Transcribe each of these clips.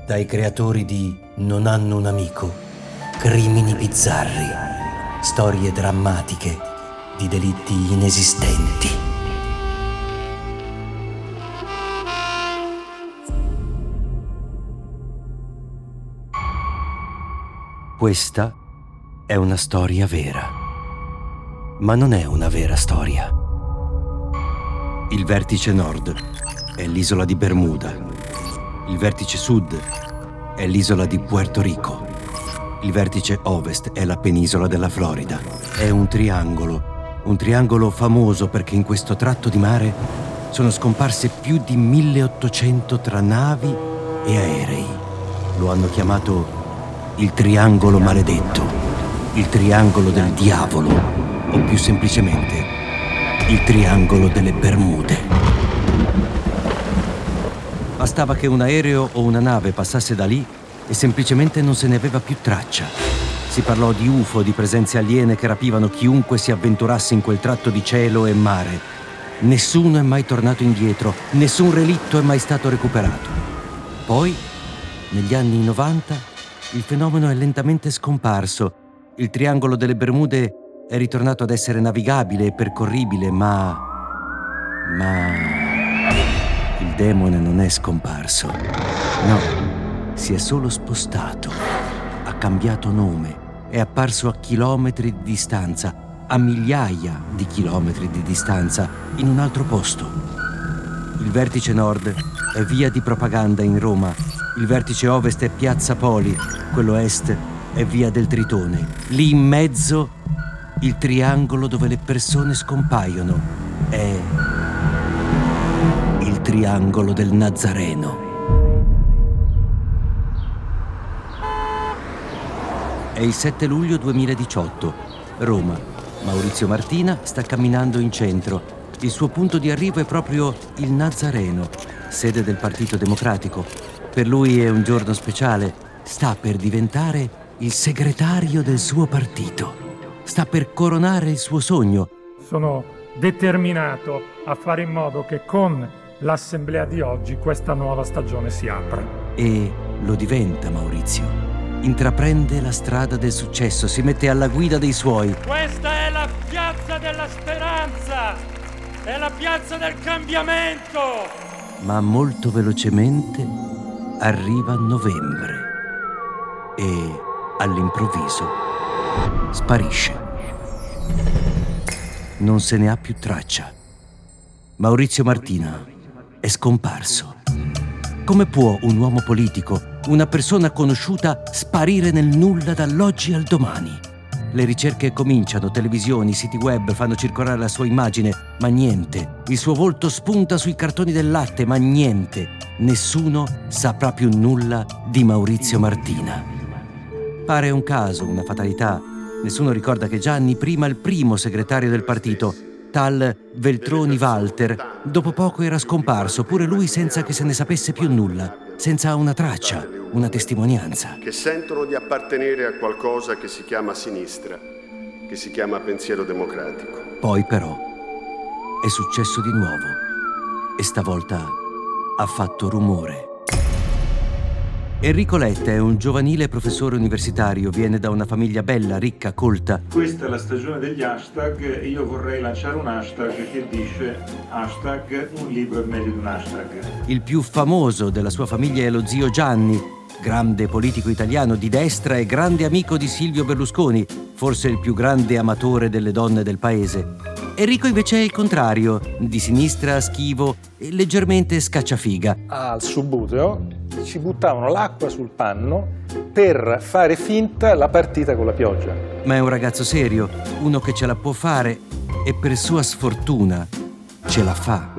dai creatori di Non hanno un amico, crimini bizzarri, storie drammatiche di delitti inesistenti. Questa è una storia vera, ma non è una vera storia. Il vertice nord è l'isola di Bermuda, il vertice sud è l'isola di Puerto Rico, il vertice ovest è la penisola della Florida. È un triangolo famoso perché in questo tratto di mare sono scomparse più di 1800 tra navi e aerei. Lo hanno chiamato il triangolo maledetto, il triangolo del diavolo, o più semplicemente il triangolo delle Bermude. Bastava che un aereo o una nave passasse da lì e semplicemente non se ne aveva più traccia. Si parlò di UFO, di presenze aliene che rapivano chiunque si avventurasse in quel tratto di cielo e mare. Nessuno è mai tornato indietro, nessun relitto è mai stato recuperato. Poi, negli anni 90, il fenomeno è lentamente scomparso. Il triangolo delle Bermude è ritornato ad essere navigabile e percorribile, ma il demone non è scomparso. No, si è solo spostato, ha cambiato nome, è apparso a chilometri di distanza, a migliaia di chilometri di distanza, in un altro posto. Il vertice nord è via di propaganda in Roma, il vertice ovest è Piazza Poli, quello est è via del Tritone. Lì in mezzo il triangolo dove le persone scompaiono è il triangolo del Nazareno. È il 7 luglio 2018, Roma. Maurizio Martina sta camminando in centro. Il suo punto di arrivo è proprio il Nazareno, sede del Partito Democratico. Per lui è un giorno speciale. Sta per diventare il segretario del suo partito. Sta per coronare il suo sogno. Sono determinato a fare in modo che con l'assemblea di oggi questa nuova stagione si apra. E lo diventa Maurizio. Intraprende la strada del successo, si mette alla guida dei suoi. Questa è la piazza della speranza, è la piazza del cambiamento. Ma molto velocemente arriva novembre e all'improvviso sparisce. Non se ne ha più traccia. Maurizio Martina è scomparso. Come può un uomo politico, una persona conosciuta, sparire nel nulla dall'oggi al domani? Le ricerche cominciano, televisioni, siti web fanno circolare la sua immagine, ma niente. Il suo volto spunta sui cartoni del latte, ma niente. Nessuno saprà più nulla di Maurizio Martina. Pare un caso, una fatalità. Nessuno ricorda che già anni prima il primo segretario del partito, tal Veltroni Walter, dopo poco era scomparso, pure lui senza che se ne sapesse più nulla, senza una traccia, una testimonianza. Che sentono di appartenere a qualcosa che si chiama sinistra, che si chiama pensiero democratico. Poi però è successo di nuovo e stavolta ha fatto rumore. Enrico Letta è un giovanile professore universitario, viene da una famiglia bella, ricca, colta. Questa è la stagione degli hashtag e io vorrei lanciare un hashtag che dice hashtag un libro è meglio di un hashtag. Il più famoso della sua famiglia è lo zio Gianni, grande politico italiano di destra e grande amico di Silvio Berlusconi, forse il più grande amatore delle donne del paese. Enrico invece è il contrario, di sinistra, schivo e leggermente scacciafiga. Al Subbuteo ci buttavano l'acqua sul panno per fare finta la partita con la pioggia. Ma è un ragazzo serio, uno che ce la può fare e per sua sfortuna ce la fa.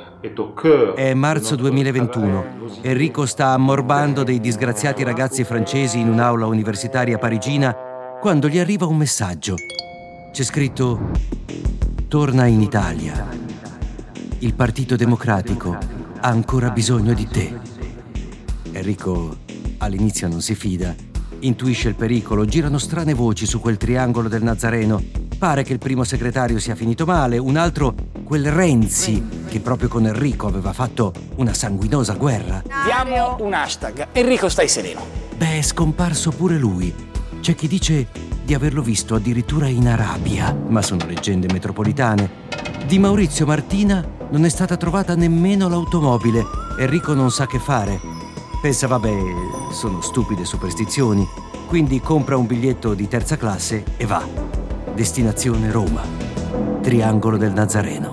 È marzo 2021. Enrico sta ammorbando dei disgraziati ragazzi francesi in un'aula universitaria parigina quando gli arriva un messaggio. C'è scritto: torna in Italia. Il Partito Democratico ha ancora bisogno di te. Enrico all'inizio non si fida, intuisce il pericolo, girano strane voci su quel triangolo del Nazareno. Pare che il primo segretario sia finito male, un altro quel Renzi che proprio con Enrico aveva fatto una sanguinosa guerra. Diamo un hashtag. Enrico, stai sereno. Beh, è scomparso pure lui. C'è chi dice di averlo visto addirittura in Arabia, ma sono leggende metropolitane. Di Maurizio Martina non è stata trovata nemmeno l'automobile. Enrico non sa che fare. Pensa, vabbè, sono stupide superstizioni. Quindi compra un biglietto di terza classe e va. Destinazione Roma. Triangolo del Nazareno.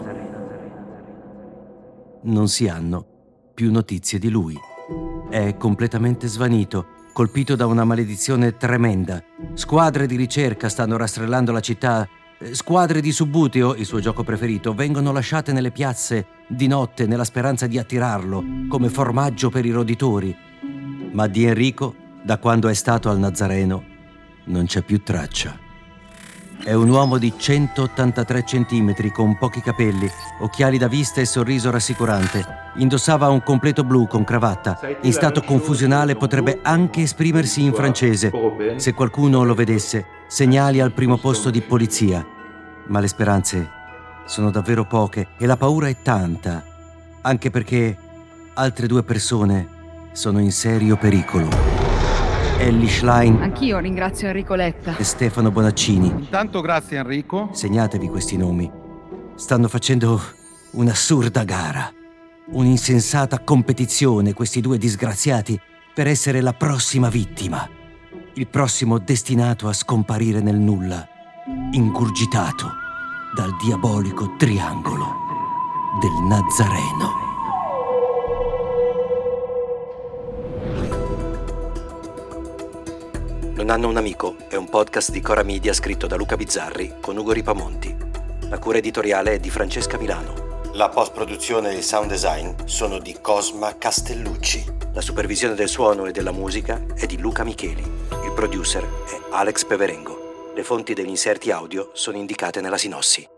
Non si hanno più notizie di lui. È completamente svanito, colpito da una maledizione tremenda. Squadre di ricerca stanno rastrellando la città. Squadre di subbuteo, il suo gioco preferito, vengono lasciate nelle piazze di notte nella speranza di attirarlo come formaggio per i roditori. Ma di Enrico, da quando è stato al Nazareno, non c'è più traccia. È un uomo di 183 centimetri con pochi capelli, occhiali da vista e sorriso rassicurante. Indossava un completo blu con cravatta. In stato confusionale potrebbe anche esprimersi in francese. Se qualcuno lo vedesse, segnali al primo posto di polizia. Ma le speranze sono davvero poche e la paura è tanta, anche perché altre 2 persone sono in serio pericolo. Elly Schlein. Anch'io ringrazio Enrico Letta e Stefano Bonaccini. Intanto grazie Enrico. Segnatevi questi nomi. Stanno facendo un'assurda gara, un'insensata competizione, questi 2 disgraziati, per essere la prossima vittima, il prossimo destinato a scomparire nel nulla, ingurgitato dal diabolico triangolo del Nazareno. Non hanno un amico è un podcast di Cora Media scritto da Luca Bizzarri con Ugo Ripamonti. La cura editoriale è di Francesca Milano. La post-produzione e il sound design sono di Cosma Castellucci. La supervisione del suono e della musica è di Luca Micheli. Il producer è Alex Peverengo. Le fonti degli inserti audio sono indicate nella sinossi.